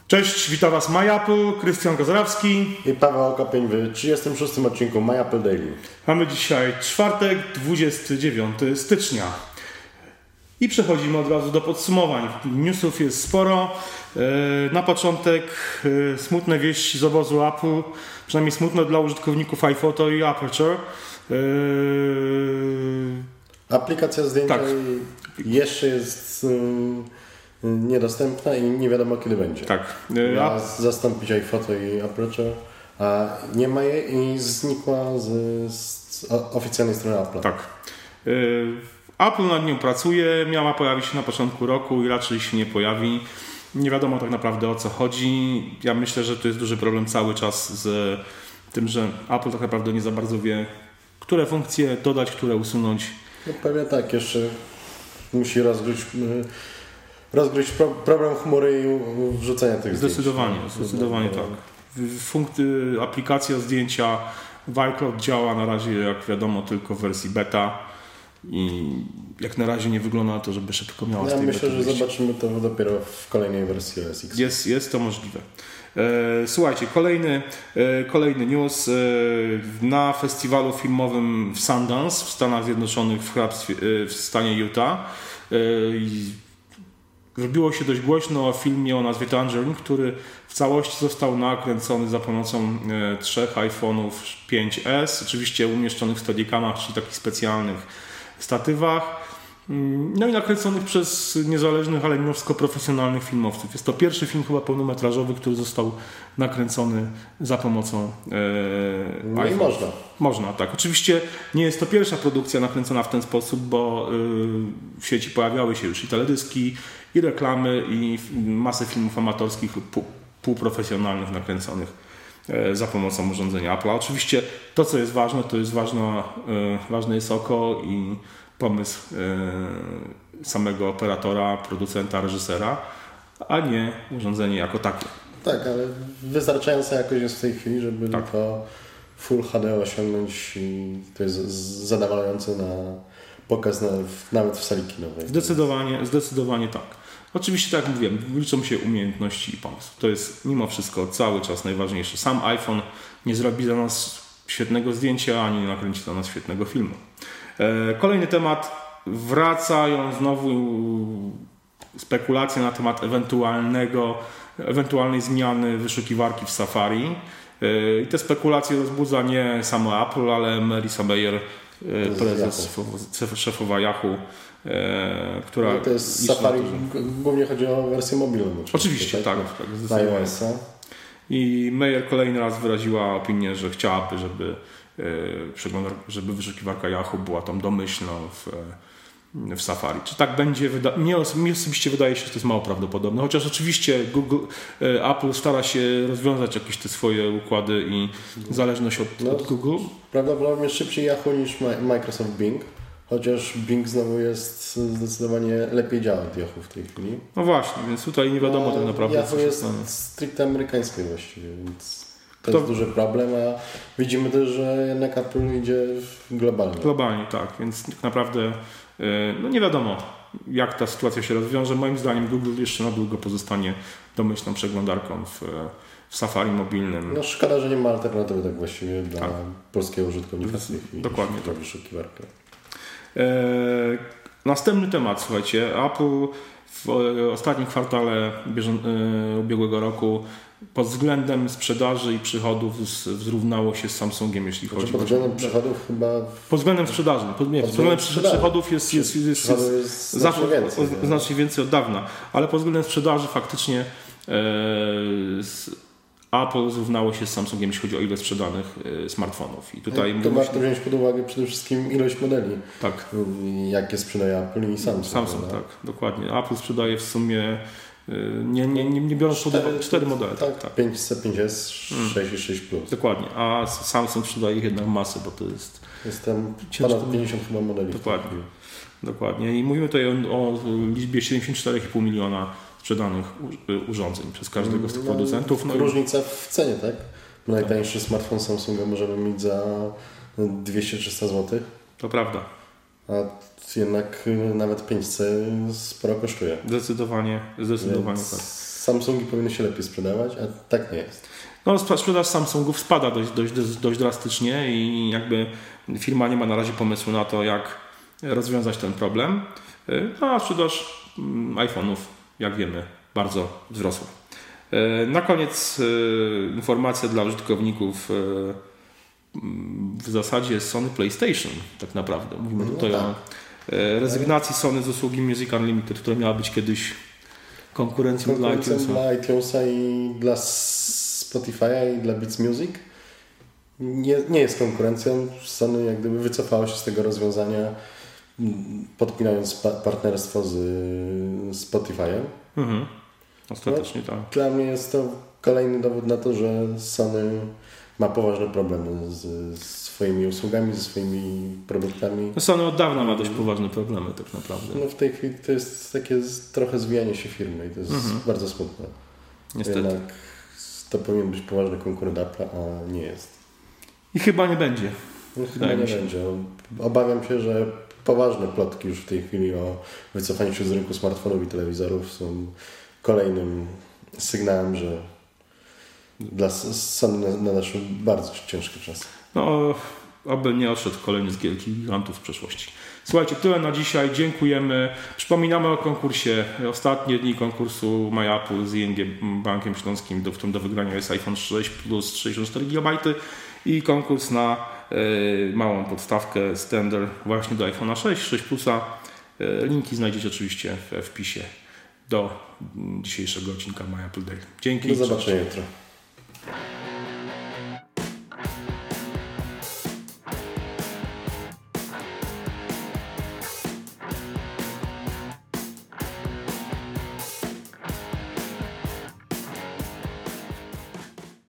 Cześć, witam Was MyApple, Krystian Kozrawski i Paweł Okopień w 36. odcinku MyApple Daily. Mamy dzisiaj czwartek, 29 stycznia i przechodzimy od razu do podsumowań. Newsów jest sporo. Na początek smutne wieści z obozu Apple, przynajmniej smutne dla użytkowników iPhoto i Aperture. Aplikacja zdjęcia jeszcze jest niedostępna i nie wiadomo kiedy będzie. Tak. Ma zastąpić iPhoto i Aperture, a nie ma jej i znikła z oficjalnej strony Apple. Tak. Apple nad nią pracuje, miała pojawić się na początku roku i raczej się nie pojawi. Nie wiadomo tak naprawdę o co chodzi. Ja myślę, że to jest duży problem cały czas z tym, że Apple tak naprawdę nie za bardzo wie, które funkcje dodać, które usunąć. No pewnie tak, jeszcze musi rozgryźć problem chmury i wrzucenia tych Zdecydowanie zdjęć. Tak. Aplikacja zdjęcia w iCloud działa na razie, jak wiadomo, tylko w wersji beta i jak na razie nie wygląda na to, żeby szybko miała z tej myślę, bety że zobaczymy to dopiero w kolejnej wersji OS X. Jest to możliwe. Słuchajcie, kolejny news. Na festiwalu filmowym w Sundance w Stanach Zjednoczonych w stanie Utah robiło się dość głośno o filmie o nazwie Tangerine, który w całości został nakręcony za pomocą 3 iPhone'ów 5S, oczywiście umieszczonych w Steadicamach, czyli takich specjalnych statywach. No i nakręconych przez niezależnych, ale mimo wszystko profesjonalnych filmowców. Jest to pierwszy film chyba pełnometrażowy, który został nakręcony za pomocą No i można. Można, tak. Oczywiście nie jest to pierwsza produkcja nakręcona w ten sposób, bo w sieci pojawiały się już i teledyski, i reklamy, i masę filmów amatorskich lub półprofesjonalnych nakręconych za pomocą urządzenia Apple. Oczywiście to, co jest ważne, to jest ważne jest oko i pomysł samego operatora, producenta, reżysera, a nie urządzenie jako takie. Tak, ale wystarczająca jakość jest w tej chwili, żeby tylko Full HD osiągnąć i to jest zadowalające na pokaz nawet w sali kinowej. Zdecydowanie tak. Oczywiście, tak jak mówiłem, liczą się umiejętności i pomysł. To jest mimo wszystko cały czas najważniejsze. Sam iPhone nie zrobi dla nas świetnego zdjęcia, ani nie nakręci dla nas świetnego filmu. Kolejny temat. Wracają znowu spekulacje na temat ewentualnej zmiany wyszukiwarki w Safari. I te spekulacje rozbudza nie samo Apple, ale Marissa Mayer, szefowa Yahoo, która... No to jest Safari, głównie chodzi o wersję mobilną. Oczywiście, tak zdecydowanie. I Mayer kolejny raz wyraziła opinię, że chciałaby, żeby wyszukiwarka Yahoo była tą domyślną w Safari. Czy tak będzie? Mnie osobiście wydaje się, że to jest mało prawdopodobne, chociaż oczywiście Apple stara się rozwiązać jakieś te swoje układy i zależność od Google. Prawdopodobnie szybciej Yahoo niż Microsoft Bing, chociaż Bing znowu jest zdecydowanie lepiej działa od Yahoo w tej chwili. No właśnie, więc tutaj nie wiadomo tak naprawdę, Yahoo jest stricte amerykańskie właściwie, więc to jest duży problem, a widzimy też, że jednak Apple idzie globalnie. Globalnie, tak, więc tak naprawdę nie wiadomo, jak ta sytuacja się rozwiąże. Moim zdaniem Google jeszcze na długo pozostanie domyślną przeglądarką w Safari mobilnym. No szkoda, że nie ma alternatywy tak właściwie dla polskiego użytkownika w tej chwili. Dokładnie tak. Wyszukiwarkę. Następny temat, słuchajcie. Apple w ostatnim kwartale ubiegłego roku pod względem sprzedaży i przychodów zrównało się z Samsungiem, jeśli chodzi pod względem przychodów chyba... Pod względem sprzedaży. Pod względem przychodów jest znacznie więcej od dawna, ale pod względem sprzedaży faktycznie Apple zrównało się z Samsungiem, jeśli chodzi o ilość sprzedanych smartfonów. I tutaj warto wziąć pod uwagę przede wszystkim ilość modeli. Tak. Jakie sprzedaje Apple i Samsung. Samsung, tak, dokładnie. Apple sprzedaje w sumie nie biorąc pod uwagę 4 modele. Tak. 5S, 6 i 6 Plus. Dokładnie, a Samsung sprzedaje ich jednak masę, bo to jest... Jestem ponad 50 chyba modeli. Dokładnie. I mówimy tutaj o liczbie 74,5 miliona sprzedanych urządzeń przez każdego z tych producentów. Różnica w cenie, tak? Najtańszy smartfon Samsunga możemy mieć za 200-300 zł. To prawda. A jednak nawet 5C sporo kosztuje. Zdecydowanie tak. Samsungi powinny się lepiej sprzedawać, a tak nie jest. No, sprzedaż Samsungów spada dość drastycznie i jakby firma nie ma na razie pomysłu na to, jak rozwiązać ten problem. No, a sprzedaż iPhone'ów, jak wiemy, bardzo wzrosła. Na koniec informacja dla użytkowników w zasadzie Sony PlayStation tak naprawdę. Mówimy tutaj o rezygnacji Sony z usługi Music Unlimited, która miała być kiedyś konkurencją dla iTunesa i dla Spotify'a i dla Beats Music. Nie jest konkurencją. Sony jak gdyby wycofało się z tego rozwiązania, podpinając partnerstwo z Spotify'em. Ostatecznie tak. Dla mnie jest to kolejny dowód na to, że Sony ma poważne problemy z swoimi usługami, ze swoimi produktami. Sony od dawna ma dość poważne problemy tak naprawdę. No w tej chwili to jest takie trochę zwijanie się firmy i to jest bardzo smutne. Niestety. Jednak to powinien być poważny konkurent Apple'a, a nie jest. I chyba nie będzie. No, chyba nie będzie. Obawiam się, że poważne plotki już w tej chwili o wycofaniu się z rynku smartfonów i telewizorów są kolejnym sygnałem, że dla Sony nadeszły bardzo ciężkie czasy. No, aby nie odszedł kolejny z gigantów z przeszłości. Słuchajcie, tyle na dzisiaj. Dziękujemy. Przypominamy o konkursie. Ostatnie dni konkursu MyApple z ING Bankiem Śląskim, w którym do wygrania jest iPhone 6 Plus 64 GB i konkurs na małą podstawkę Standard właśnie do iPhone'a 6, 6 Plusa. Linki znajdziecie oczywiście w wpisie do dzisiejszego odcinka MyApple Daily. Dzięki. Do zobaczenia jutro.